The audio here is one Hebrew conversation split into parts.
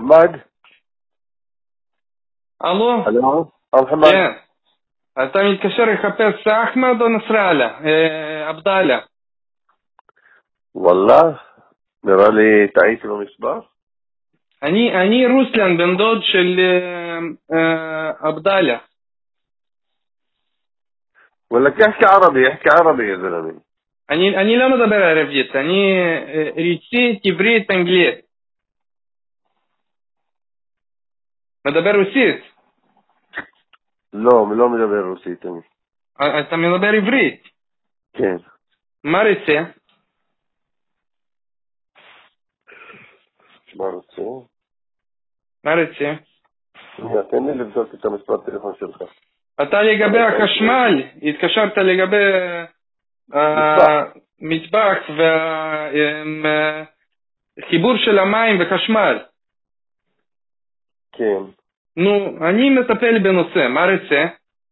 محمد. الو. الو محمد. כן. אתה מתקשר לחפש אחמד או נסראללה? עבדאללה. والله נראה לי טעיתי במספר. אני רוסלן, בן דוד של עבדאללה. ولا احكي عربي، احكي عربي يا زلمه. אני לא מדבר ערבית, אני רוסית, עברית, אנגלית. מדבר רוסית? לא מדבר רוסית אני. אתה מדבר עברית? כן. מה רוצה? מה רוצה? מה רוצה? תן לי לבדוק את המספר טלפון שלך. אתה לגבי החשמל, התקשרת לגבי מטבח וחיבור של המים וחשמל. כן. נו, אני מטפל בנושא, מה רוצה?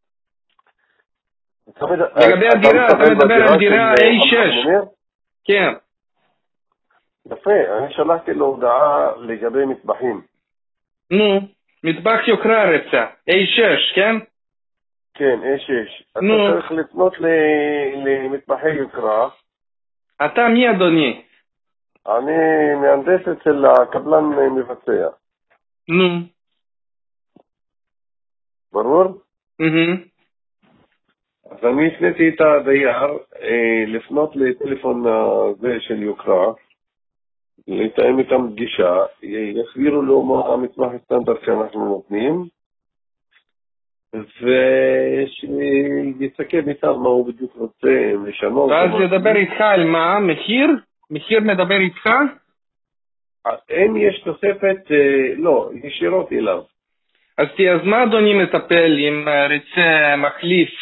לגבי הדירה, אתה מדבר על דירה A6. כן. יפה, אני שלחתי לו הודעה לגבי מטבחים. נו, מטבח יוקרה רצה, A6, כן? כן, A6. אתה נו. צריך לפנות למטבחי יוקרה. אתה מי אדוני? אני מהנדס אצל הקבלן מבצע. נו. ברור? אז אני הפניתי את הדייר לפנות לטלפון הזה של יוקרה, לתאם איתם פגישה, יסבירו לו מה המטבח הסטנדרט שאנחנו נותנים, ושיסכם איתם מה הוא בדיוק רוצה לשנות. ואז ידבר איתך על מה? מחיר? מחיר מדבר איתך? אם יש תוספת, לא, ישירות אליו. אז מה אדוני מטפל אם רוצה מחליף?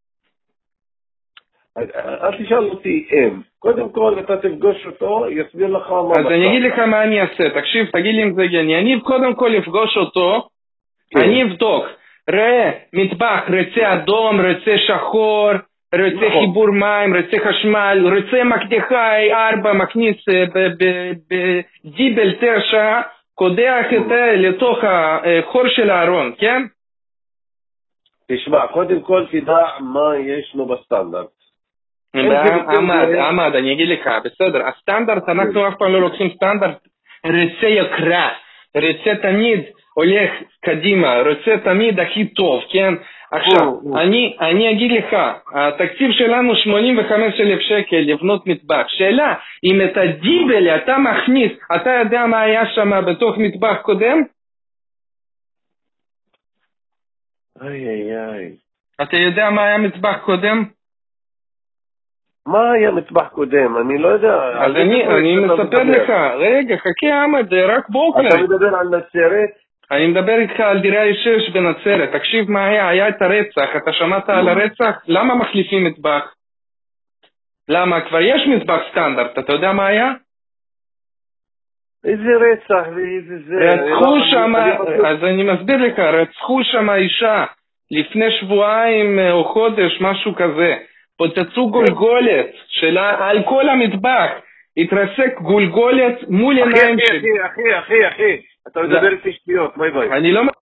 אל תשאל אותי אם. קודם כל אתה תפגוש אותו, יסביר לך מה מצב. אז אני אגיד לך מה אני אעשה, תקשיב, תגיד לי אם זה גני. אני קודם כל אפגוש אותו, אני אבדוק. ראה, מטבח, רצה אדום, רצה שחור, רצה חיבור מים, רצה חשמל, רצה מקדחה A4, מכניס בדיבל 9, קודח את זה לתוך החור של הארון, כן? תשמע, קודם כל תדע מה יש לו בסטנדרט. עמד, אני אגיד לך, בסדר, הסטנדרט, אנחנו אף פעם לא לוקחים סטנדרט, רצה יקרה, רצה תמיד הולך קדימה, רצה תמיד הכי טוב, כן? עכשיו, אני אגיד לך, התקציב שלנו 85,000 שקל לבנות מטבח. שאלה, אם את הדיבל אתה מכניס, אתה יודע מה היה שם בתוך מטבח קודם? איי. אתה יודע מה היה מטבח קודם? מה היה מטבח קודם? אני לא יודע. אז אני מספר לך, רגע, חכה עמד, זה רק בוקר. אתה מדבר על נצרת? אני מדבר איתך על דירה A6 בנצרת. תקשיב מה היה את הרצח, אתה שמעת על הרצח? למה מחליפים מטבח? למה? כבר יש מטבח סטנדרט, אתה יודע מה היה? איזה רצח ואיזה זה? רצחו שם, אז אני מסביר לך, רצחו שם אישה לפני שבועיים או חודש, משהו כזה. פוצצו גולגולת שלה על כל המטבח, התרסק גולגולת מול עיניים שלי. אחי, אתה מדבר איתי שטויות, ביי. אני לא